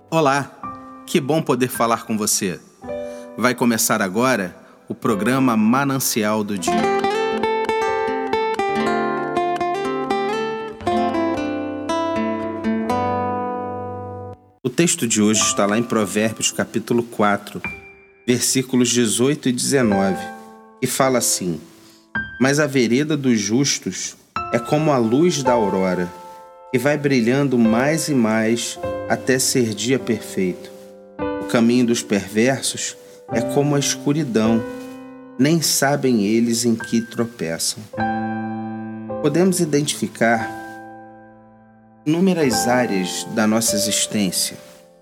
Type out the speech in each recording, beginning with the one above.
Olá, que bom poder falar com você. Vai começar agora o programa Manancial do Dia. O texto de hoje está lá em Provérbios capítulo 4, versículos 18 e 19, e fala assim: Mas a vereda dos justos é como a luz da aurora, que vai brilhando mais e mais até ser dia perfeito. O caminho dos perversos é como a escuridão, nem sabem eles em que tropeçam. Podemos identificar inúmeras áreas da nossa existência.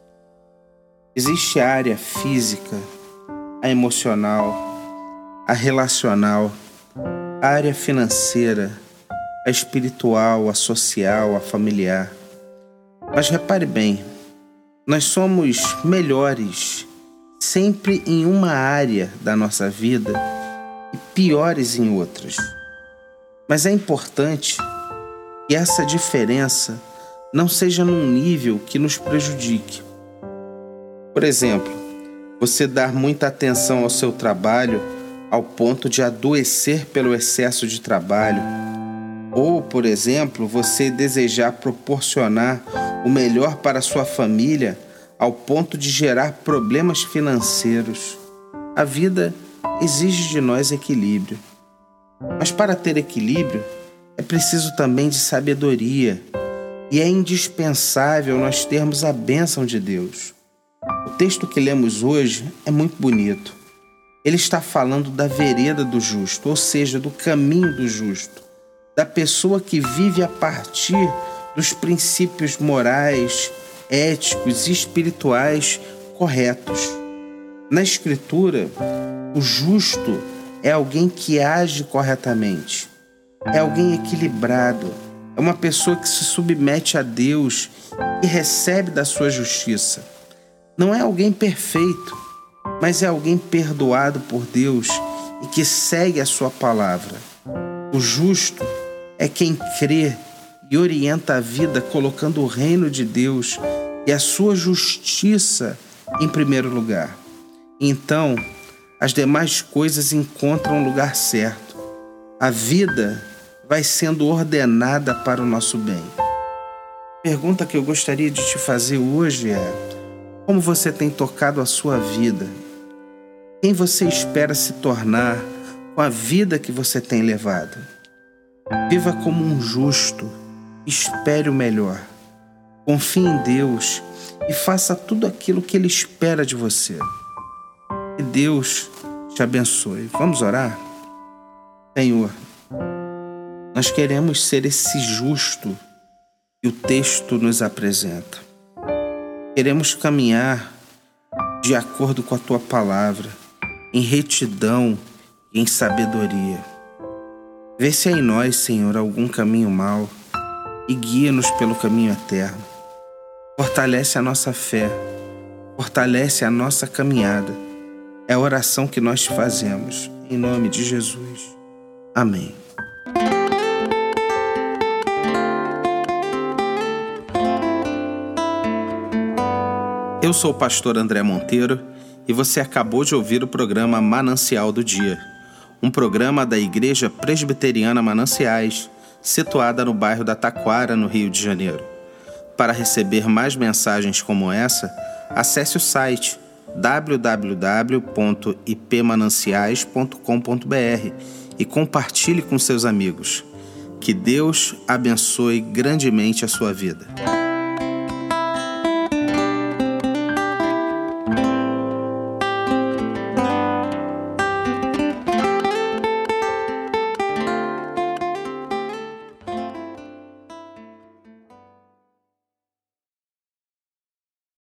Existe a área física, a emocional, a relacional, a área financeira, a espiritual, a social, a familiar. Mas repare bem, nós somos melhores sempre em uma área da nossa vida e piores em outras. Mas é importante que essa diferença não seja num nível que nos prejudique. Por exemplo, você dar muita atenção ao seu trabalho ao ponto de adoecer pelo excesso de trabalho. Ou, por exemplo, você desejar proporcionar o melhor para sua família ao ponto de gerar problemas financeiros. A vida exige de nós equilíbrio. Mas para ter equilíbrio, é preciso também de sabedoria. E é indispensável nós termos a bênção de Deus. O texto que lemos hoje é muito bonito. Ele está falando da vereda do justo, ou seja, do caminho do justo, da pessoa que vive a partir dos princípios morais, éticos e espirituais corretos. Na Escritura, o justo é alguém que age corretamente, é alguém equilibrado, é uma pessoa que se submete a Deus e recebe da sua justiça. Não é alguém perfeito, mas é alguém perdoado por Deus e que segue a sua palavra. O justo é quem crê e orienta a vida colocando o reino de Deus e a sua justiça em primeiro lugar. Então, as demais coisas encontram o lugar certo. A vida vai sendo ordenada para o nosso bem. A pergunta que eu gostaria de te fazer hoje é: como você tem tocado a sua vida? Quem você espera se tornar com a vida que você tem levado? Viva como um justo, espere o melhor. Confie em Deus e faça tudo aquilo que Ele espera de você. Que Deus te abençoe. Vamos orar? Senhor, nós queremos ser esse justo que o texto nos apresenta. Queremos caminhar de acordo com a Tua palavra, em retidão e em sabedoria. Vê se há em nós, Senhor, algum caminho mau e guia-nos pelo caminho eterno. Fortalece a nossa fé, fortalece a nossa caminhada. É a oração que nós fazemos, em nome de Jesus. Amém. Eu sou o pastor André Monteiro e você acabou de ouvir o programa Manancial do Dia, um programa da Igreja Presbiteriana Mananciais, situada no bairro da Taquara, no Rio de Janeiro. Para receber mais mensagens como essa, acesse o site www.ipmananciais.com.br e compartilhe com seus amigos. Que Deus abençoe grandemente a sua vida.